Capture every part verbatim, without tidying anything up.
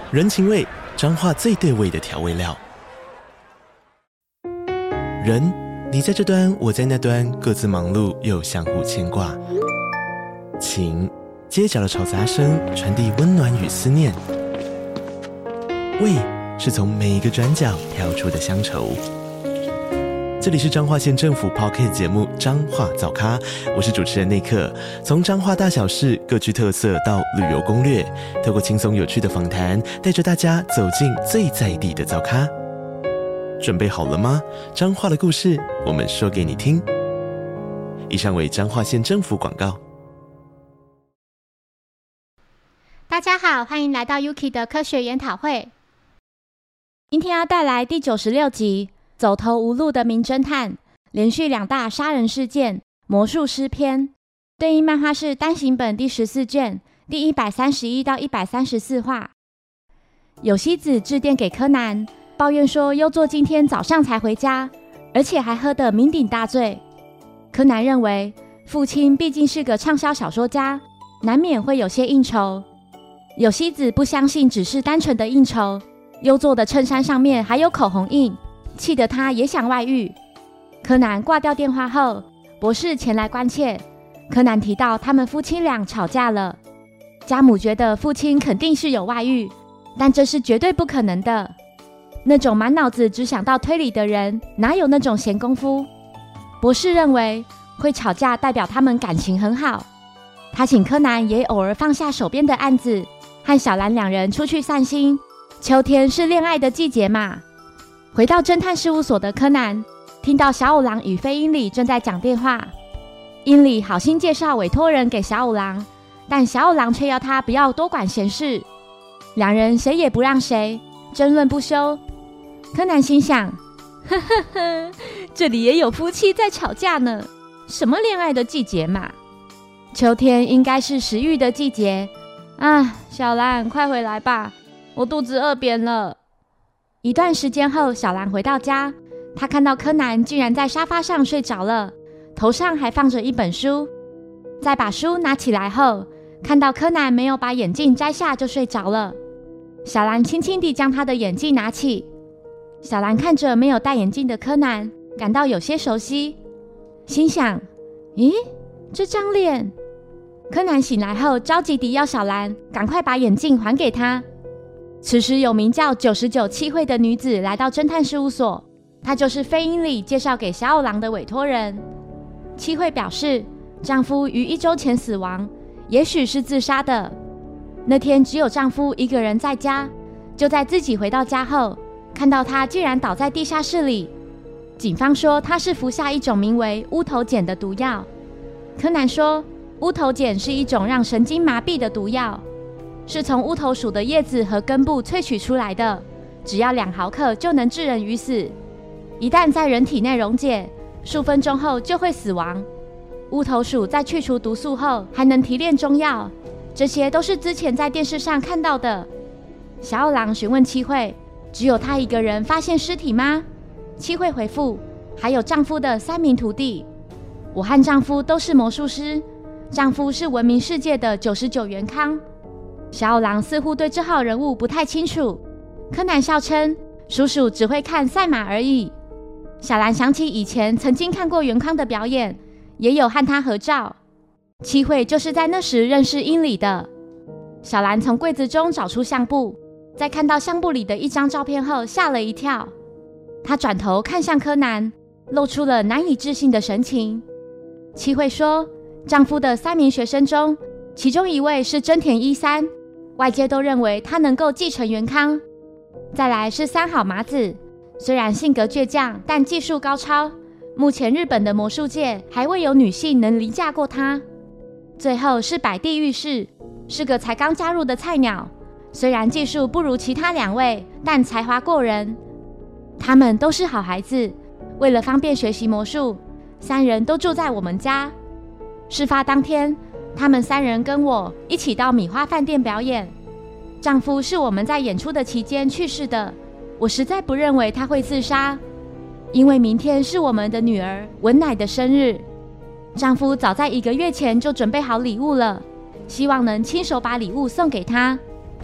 人情味，彰化最对味的调味料。人，你在这端，我在那端，各自忙碌又相互牵挂。情，街角的吵杂声传递温暖与思念。味，是从每一个转角跳出的乡愁。这里是彰化县政府 Podcast 节目《彰化早咖》，我是主持人内克。从彰化大小事各具特色到旅游攻略，透过轻松有趣的访谈，带着大家走进最在地的早咖。准备好了吗？彰化的故事，我们说给你听。以上为彰化县政府广告。 大家好，欢迎来到 Yuki 的科学研讨会。今天要带来第九十六集。走投无路的名侦探，连续两大杀人事件，魔术师篇，对应漫画是单行本第十四卷，第一百三十一到一百三十四话。有希子致电给柯南，抱怨说优作今天早上才回家，而且还喝得酩酊大醉。柯南认为，父亲毕竟是个畅销小说家，难免会有些应酬。有希子不相信只是单纯的应酬，优作的衬衫上面还有口红印，气得他也想外遇。柯南挂掉电话后，博士前来关切。柯南提到他们夫妻俩吵架了。家母觉得父亲肯定是有外遇，但这是绝对不可能的。那种满脑子只想到推理的人，哪有那种闲工夫？博士认为会吵架代表他们感情很好。他请柯南也偶尔放下手边的案子，和小兰两人出去散心。秋天是恋爱的季节嘛。回到侦探事务所的柯南，听到小五郎与飞鹰里正在讲电话。鹰里好心介绍委托人给小五郎，但小五郎却要他不要多管闲事。两人谁也不让谁，争论不休。柯南心想，呵呵呵，这里也有夫妻在吵架呢，什么恋爱的季节嘛？秋天应该是食欲的季节啊！小兰，快回来吧，我肚子饿扁了。一段时间后，小兰回到家，她看到柯南竟然在沙发上睡着了，头上还放着一本书。在把书拿起来后，看到柯南没有把眼镜摘下就睡着了。小兰轻轻地将他的眼镜拿起。小兰看着没有戴眼镜的柯南，感到有些熟悉，心想，咦，这张脸。柯南醒来后，着急地要小兰赶快把眼镜还给他。此时有名叫九十九七惠的女子来到侦探事务所，她就是飞鹰里介绍给小五郎的委托人。七惠表示，丈夫于一周前死亡，也许是自杀的。那天只有丈夫一个人在家，就在自己回到家后，看到他竟然倒在地下室里。警方说他是服下一种名为乌头碱的毒药。柯南说，乌头碱是一种让神经麻痹的毒药，是从乌头属的叶子和根部萃取出来的，只要两毫克就能致人于死。一旦在人体内溶解，数分钟后就会死亡。乌头属在去除毒素后还能提炼中药，这些都是之前在电视上看到的。小五郎询问七惠，只有他一个人发现尸体吗？七惠回复，还有丈夫的三名徒弟。我和丈夫都是魔术师，丈夫是闻名世界的九十九元康。小五郎似乎对这号人物不太清楚。柯南笑称，叔叔只会看赛马而已。小兰想起以前曾经看过元康的表演，也有和他合照。七惠就是在那时认识英里的。小兰从柜子中找出相簿，在看到相簿里的一张照片后吓了一跳。她转头看向柯南，露出了难以置信的神情。七惠说，丈夫的三名学生中，其中一位是真田一三，外界都认为他能够继承元康。再来是三好麻子，虽然性格倔强，但技术高超，目前日本的魔术界还未有女性能凌驾过他。最后是百地狱士，是个才刚加入的菜鸟，虽然技术不如其他两位，但才华过人。他们都是好孩子，为了方便学习魔术，三人都住在我们家。事发当天，他们三人跟我一起到米花饭店表演。丈夫是我们在演出的期间去世的，我实在不认为他会自杀，因为明天是我们的女儿文乃的生日。丈夫早在一个月前就准备好礼物了，希望能亲手把礼物送给她。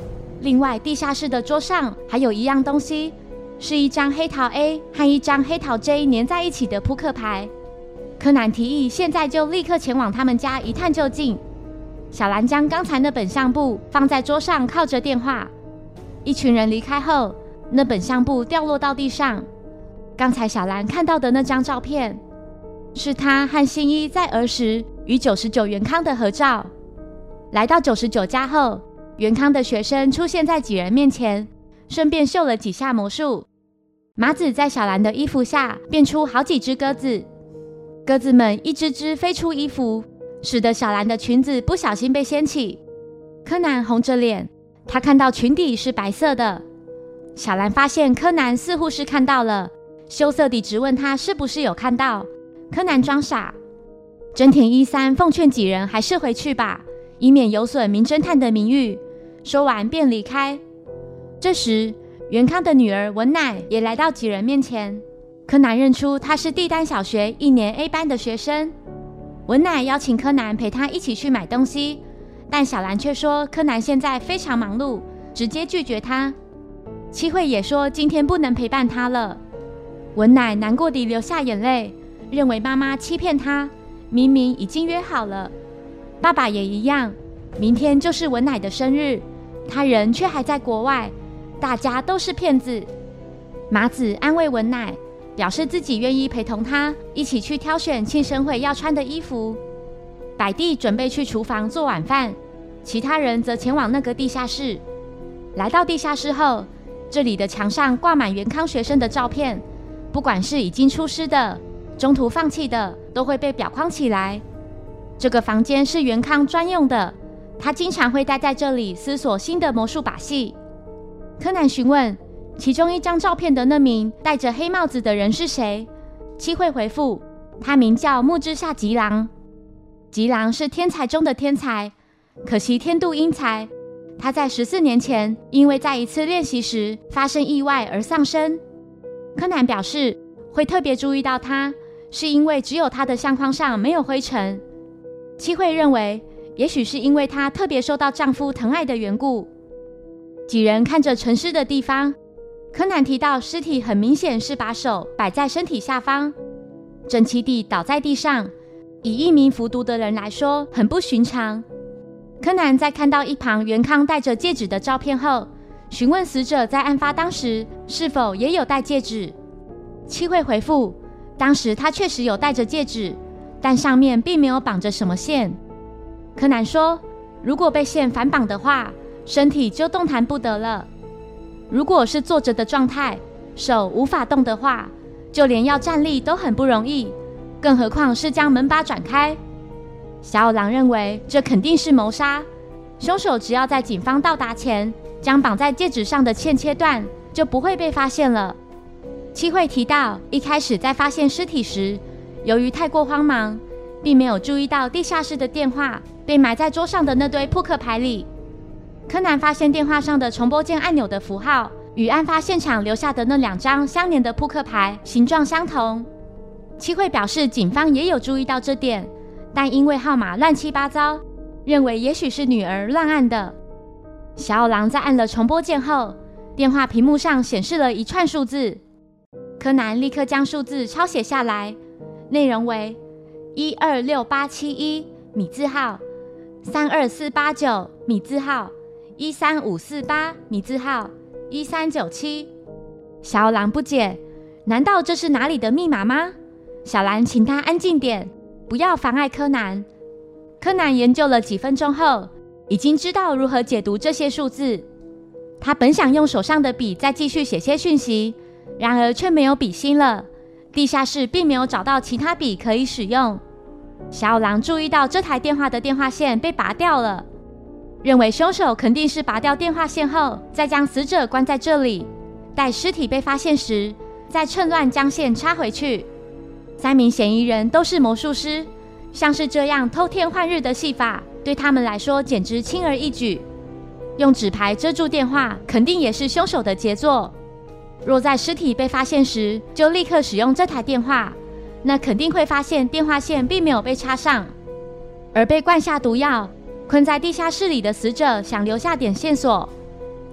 另外地下室的桌上还有一样东西，是一张黑桃 A 和一张黑桃 J 粘在一起的扑克牌。柯南提议现在就立刻前往他们家一探究竟。小兰将刚才那本相簿放在桌上，靠着电话。一群人离开后，那本相簿掉落到地上。刚才小兰看到的那张照片，是她和新一在儿时与九十九元康的合照。来到九十九家后，元康的学生出现在几人面前，顺便秀了几下魔术。麻子在小兰的衣服下变出好几只鸽子，鸽子们一只只飞出衣服，使得小兰的裙子不小心被掀起。柯南红着脸，他看到裙底是白色的。小兰发现柯南似乎是看到了，羞涩地质问他是不是有看到。柯南装傻。真田一三奉劝几人还是回去吧，以免有损名侦探的名誉。说完便离开。这时元康的女儿文乃也来到几人面前。柯南认出她是帝丹小学一年 A 班的学生。文乃邀请柯南陪她一起去买东西，但小兰却说柯南现在非常忙碌，直接拒绝他。七惠也说今天不能陪伴他了。文乃难过地流下眼泪，认为妈妈欺骗他，明明已经约好了。爸爸也一样，明天就是文乃的生日，他人却还在国外，大家都是骗子。麻子安慰文乃，表示自己愿意陪同他一起去挑选庆生会要穿的衣服。百地准备去厨房做晚饭，其他人则前往那个地下室。来到地下室后，这里的墙上挂满元康学生的照片，不管是已经出师的、中途放弃的，都会被裱框起来。这个房间是元康专用的，他经常会待在这里思索新的魔术把戏。柯南询问其中一张照片的那名戴着黑帽子的人是谁。七惠回复，他名叫木之下吉郎。吉郎是天才中的天才，可惜天妒英才，他在十四年前因为在一次练习时发生意外而丧生。柯南表示会特别注意到他，是因为只有他的相框上没有灰尘。七惠认为也许是因为她特别受到丈夫疼爱的缘故。几人看着沉尸的地方，柯南提到尸体很明显是把手摆在身体下方，整齐地倒在地上，以一名服毒的人来说很不寻常。柯南在看到一旁元康戴着戒指的照片后，询问死者在案发当时是否也有戴戒指。七惠回复，当时他确实有戴着戒指，但上面并没有绑着什么线。柯南说，如果被线反绑的话，身体就动弹不得了。如果是坐着的状态，手无法动的话，就连要站立都很不容易，更何况是将门把转开。小五郎认为这肯定是谋杀，凶手只要在警方到达前将绑在戒指上的线切断，就不会被发现了。七惠提到一开始在发现尸体时，由于太过慌忙，并没有注意到地下室的电话被埋在桌上的那堆扑克牌里。柯南发现电话上的重拨键按钮的符号与案发现场留下的那两张相连的扑克牌形状相同。七惠表示警方也有注意到这点，但因为号码乱七八糟，认为也许是女儿乱按的。小五郎在按了重拨键后，电话屏幕上显示了一串数字。柯南立刻将数字抄写下来，内容为一二六八七一米字号，三二四八九米字号，一三五四八米字号，一三九七。小五郎不解，难道这是哪里的密码吗？小兰请他安静点，不要妨碍柯南。柯南研究了几分钟后，已经知道如何解读这些数字。他本想用手上的笔再继续写些讯息，然而却没有笔芯了。地下室并没有找到其他笔可以使用。小五郎注意到这台电话的电话线被拔掉了，认为凶手肯定是拔掉电话线后，再将死者关在这里，待尸体被发现时，再趁乱将线插回去。三名嫌疑人都是魔术师，像是这样偷天换日的戏法，对他们来说简直轻而易举。用纸牌遮住电话，肯定也是凶手的杰作。若在尸体被发现时就立刻使用这台电话，那肯定会发现电话线并没有被插上。而被灌下毒药、困在地下室里的死者想留下点线索，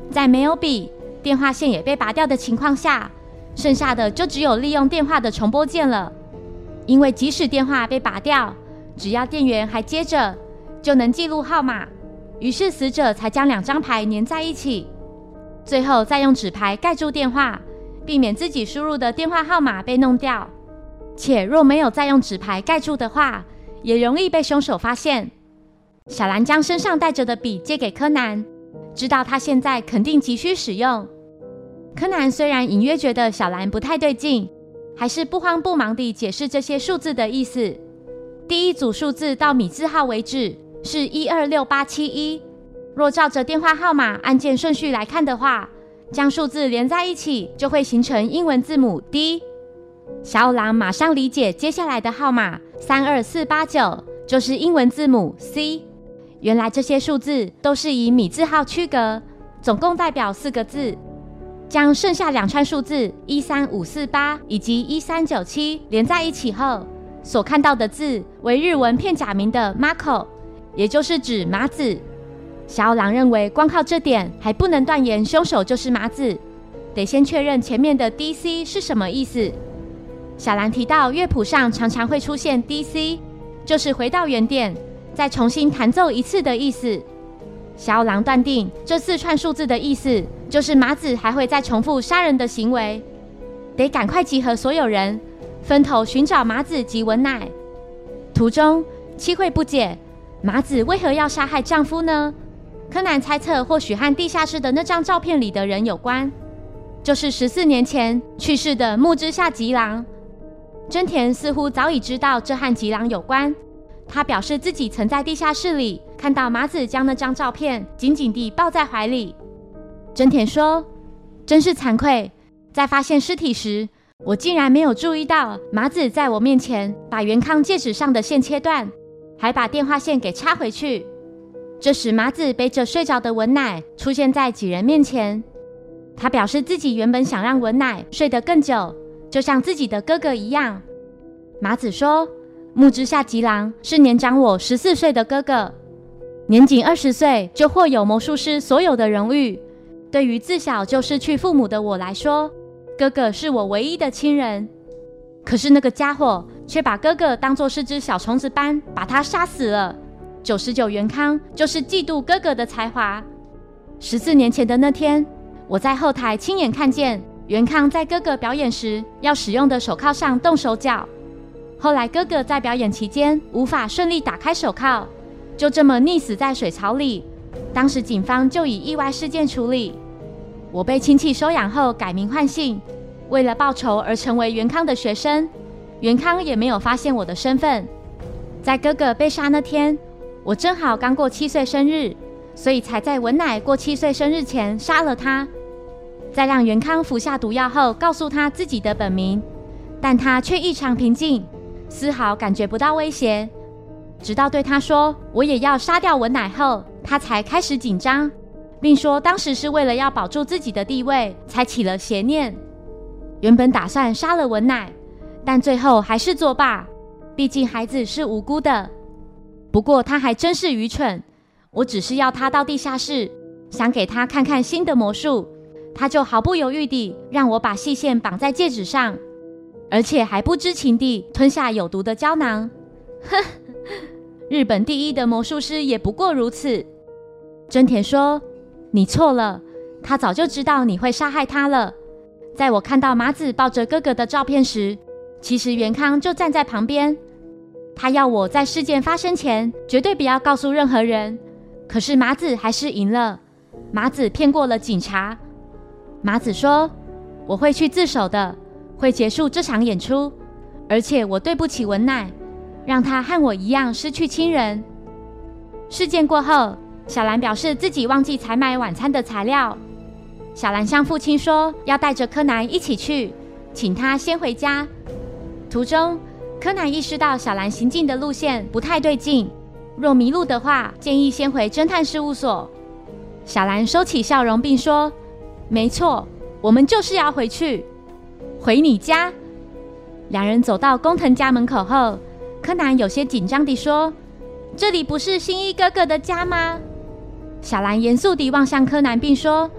在没有笔、电话线也被拔掉的情况下，剩下的就只有利用电话的重拨键了。因为即使电话被拔掉，只要电源还接着，就能记录号码。于是死者才将两张牌粘在一起，最后再用纸牌盖住电话，避免自己输入的电话号码被弄掉。且若没有再用纸牌盖住的话，也容易被凶手发现。小兰将身上带着的笔借给柯南，知道他现在肯定急需使用。柯南虽然隐约觉得小兰不太对劲，还是不慌不忙地解释这些数字的意思。第一组数字到米字号为止是一二六八七一，若照着电话号码按键顺序来看的话，将数字连在一起就会形成英文字母 D。 小五郎马上理解接下来的号码三二四八九就是英文字母 C。 原来这些数字都是以米字号区隔，总共代表四个字。将剩下两串数字一三五四八以及一三九七连在一起后，所看到的字为日文片假名的 Marco， 也就是指麻子。小五郎认为光靠这点还不能断言凶手就是麻子，得先确认前面的 D C 是什么意思。小兰提到乐谱上常常会出现 D C， 就是回到原点再重新弹奏一次的意思。小五郎断定这四串数字的意思就是麻子还会再重复杀人的行为，得赶快集合所有人，分头寻找麻子及文乃。途中七惠不解麻子为何要杀害丈夫呢？柯南猜测或许和地下室的那张照片里的人有关，就是十四年前去世的木之下吉郎。真田似乎早已知道这和吉郎有关，他表示自己曾在地下室里看到麻子将那张照片紧紧地抱在怀里。真田说，真是惭愧，在发现尸体时，我竟然没有注意到麻子在我面前把元康戒指上的线切断，还把电话线给插回去。这时麻子背着睡着的文乃出现在几人面前，他表示自己原本想让文乃睡得更久，就像自己的哥哥一样。麻子说，木之下吉郎是年长我十四岁的哥哥，年仅二十岁就获有魔术师所有的荣誉。对于自小就失去父母的我来说，哥哥是我唯一的亲人。可是那个家伙却把哥哥当作是只小虫子般把他杀死了。九十九元康就是嫉妒哥哥的才华。十四年前的那天，我在后台亲眼看见元康在哥哥表演时要使用的手铐上动手脚。后来哥哥在表演期间无法顺利打开手铐，就这么溺死在水槽里。当时警方就以意外事件处理。我被亲戚收养后改名换姓，为了报仇而成为元康的学生。元康也没有发现我的身份。在哥哥被杀那天，我正好刚过七岁生日，所以才在文乃过七岁生日前杀了他。在让元康服下毒药后，告诉他自己的本名，但他却异常平静，丝毫感觉不到威胁。直到对他说我也要杀掉文乃后，他才开始紧张，并说当时是为了要保住自己的地位才起了邪念。原本打算杀了文乃，但最后还是作罢，毕竟孩子是无辜的。不过他还真是愚蠢，我只是要他到地下室，想给他看看新的魔术，他就毫不犹豫地让我把细线绑在戒指上，而且还不知情地吞下有毒的胶囊。哼，日本第一的魔术师也不过如此。真田说，你错了，他早就知道你会杀害他了。在我看到麻子抱着哥哥的照片时，其实元康就站在旁边。他要我在事件发生前绝对不要告诉任何人，可是麻子还是赢了。麻子骗过了警察。麻子说，我会去自首的，会结束这场演出，而且我对不起文乃，让他和我一样失去亲人。事件过后，小兰表示自己忘记采买晚餐的材料。小兰向父亲说要带着柯南一起去，请他先回家。途中柯南意识到小兰行进的路线不太对劲，若迷路的话，建议先回侦探事务所。小兰收起笑容并说，没错，我们就是要回去。回你家？两人走到工藤家门口后，柯南有些紧张地说，这里不是新一哥哥的家吗？小兰严肃地望向柯南并说，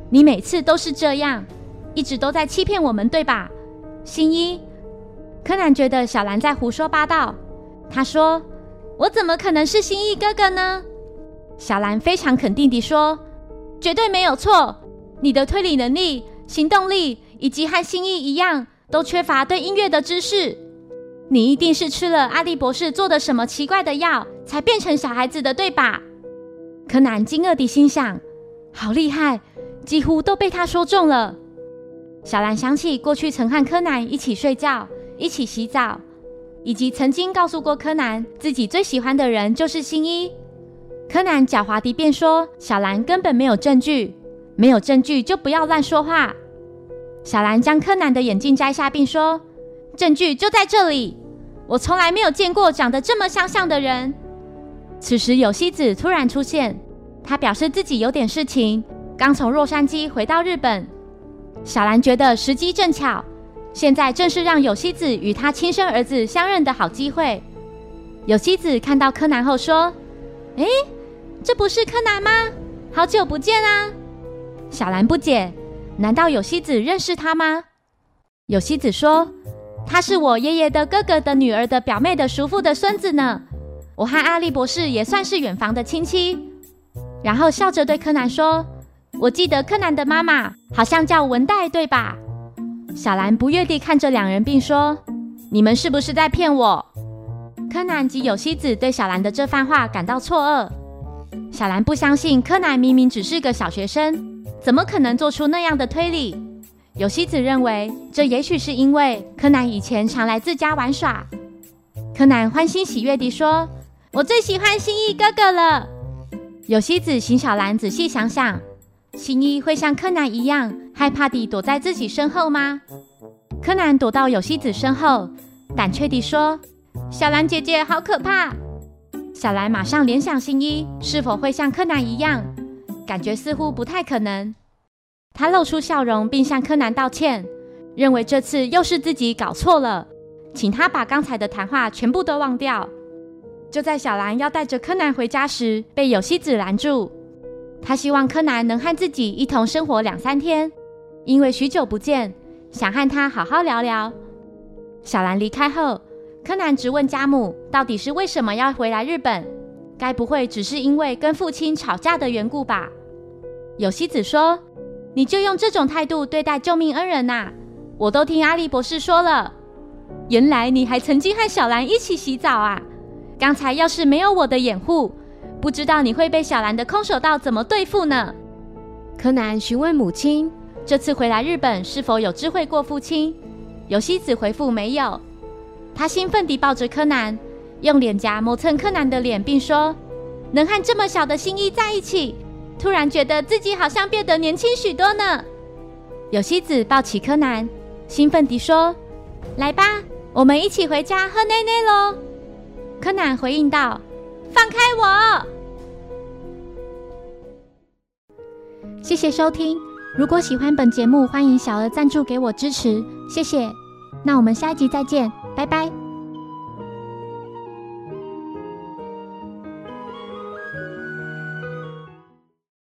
你每次都是这样，一直都在欺骗我们，对吧？新一。柯南觉得小兰在胡说八道，他说：我怎么可能是新一哥哥呢？小兰非常肯定地说：绝对没有错，你的推理能力、行动力以及和新一一样，都缺乏对音乐的知识。你一定是吃了阿笠博士做的什么奇怪的药，才变成小孩子的，对吧？柯南惊愕地心想：好厉害，几乎都被他说中了。小兰想起过去曾和柯南一起睡觉、一起洗澡，以及曾经告诉过柯南自己最喜欢的人就是新一。柯南狡猾地便说：小兰根本没有证据，没有证据就不要乱说话。小兰将柯南的眼镜摘下并说：证据就在这里，我从来没有见过长得这么相像的人。此时有希子突然出现，他表示自己有点事情，刚从洛杉矶回到日本。小兰觉得时机正巧，现在正是让有希子与他亲生儿子相认的好机会。有希子看到柯南后说：诶，这不是柯南吗？好久不见啊。小兰不解，难道有希子认识他吗？有希子说：他是我爷爷的哥哥的女儿的表妹的叔父的孙子呢，我和阿笠博士也算是远房的亲戚。然后笑着对柯南说：我记得柯南的妈妈好像叫文代，对吧？小兰不悦地看着两人并说：你们是不是在骗我？柯南及有希子对小兰的这番话感到错愕。小兰不相信柯南明明只是个小学生，怎么可能做出那样的推理？有希子认为这也许是因为柯南以前常来自家玩耍。柯南欢欣喜悦地说：我最喜欢新一哥哥了。有希子请小兰仔细想想，新一会像柯南一样害怕地躲在自己身后吗？柯南躲到有希子身后，胆怯地说：小兰姐姐好可怕。小兰马上联想新一是否会像柯南一样，感觉似乎不太可能。他露出笑容并向柯南道歉，认为这次又是自己搞错了，请他把刚才的谈话全部都忘掉。就在小兰要带着柯南回家时，被有希子拦住。他希望柯南能和自己一同生活两三天，因为许久不见，想和他好好聊聊。小兰离开后，柯南直问家母到底是为什么要回来日本，该不会只是因为跟父亲吵架的缘故吧？有希子说：你就用这种态度对待救命恩人啊，我都听阿笠博士说了。原来你还曾经和小兰一起洗澡啊，刚才要是没有我的掩护，不知道你会被小兰的空手道怎么对付呢？柯南询问母亲这次回来日本是否有知会过父亲，有希子回复没有。他兴奋地抱着柯南，用脸颊磨蹭柯南的脸并说：能和这么小的新一在一起，突然觉得自己好像变得年轻许多呢。有希子抱起柯南，兴奋地说：来吧，我们一起回家喝奶奶咯。柯南回应道：放开我。谢谢收听，如果喜欢本节目，欢迎小额赞助给我支持，谢谢。那我们下一集再见，拜拜。